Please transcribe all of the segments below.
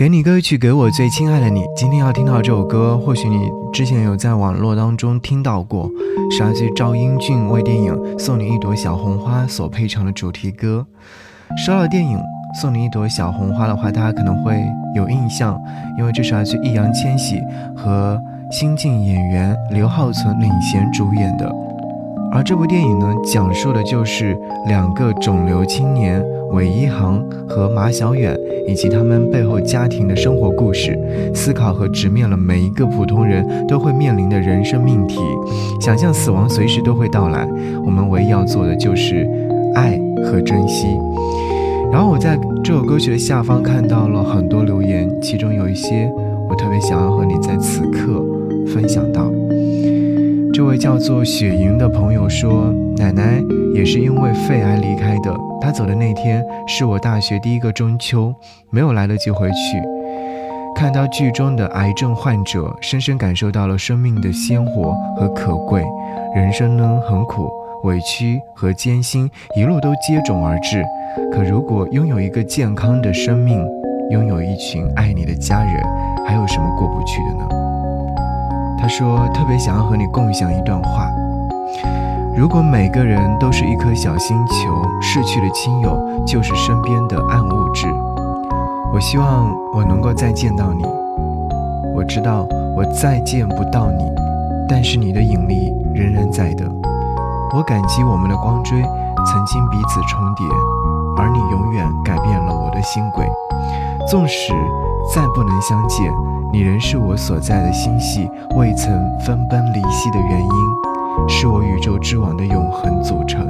给你歌曲，给我最亲爱的你。今天要听到这首歌，或许你之前有在网络当中听到过，是来自于赵英俊为电影《送你一朵小红花》所配成的主题歌。说到电影《送你一朵小红花》的话，大家可能会有印象，因为这是来自易烊千玺和新晋演员刘浩存领衔主演的。而这部电影呢，讲述的就是两个肿瘤青年韦一航和马小远以及他们背后家庭的生活故事，思考和直面了每一个普通人都会面临的人生命题。想象死亡随时都会到来，我们唯一要做的就是爱和珍惜。然后我在这首歌曲的下方看到了很多留言，其中有一些我特别想要和你在此刻分享到。这位叫做雪莹的朋友说，奶奶也是因为肺癌离开的，她走的那天是我大学第一个中秋，没有来得及回去。看到剧中的癌症患者，深深感受到了生命的鲜活和可贵。人生呢很苦，委屈和艰辛一路都接踵而至，可如果拥有一个健康的生命，拥有一群爱你的家人，还有什么过不去的呢？他说特别想要和你共享一段话，如果每个人都是一颗小星球，逝去的亲友就是身边的暗物质。我希望我能够再见到你，我知道我再见不到你，但是你的引力仍然在的。我感激我们的光锥曾经彼此重叠，而你永远改变了我的心轨。纵使再不能相见，你仍是我所在的星系未曾分崩离析的原因，是我宇宙之网的永恒组成。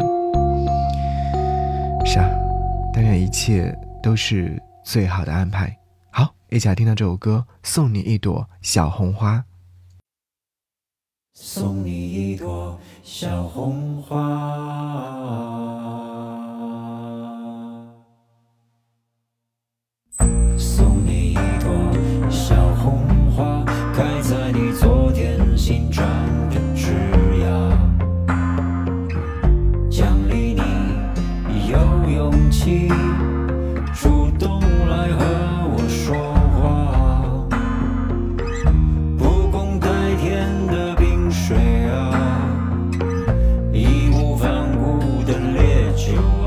是啊，但愿一切都是最好的安排。好，一起来听到这首歌，送你一朵小红花。 送你一朵小红花，送你一朵小红花，开在你昨天新长的枝桠，奖励你有勇气主动来和我说话，不共戴天的冰水啊，义无反顾的烈酒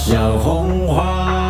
小红花。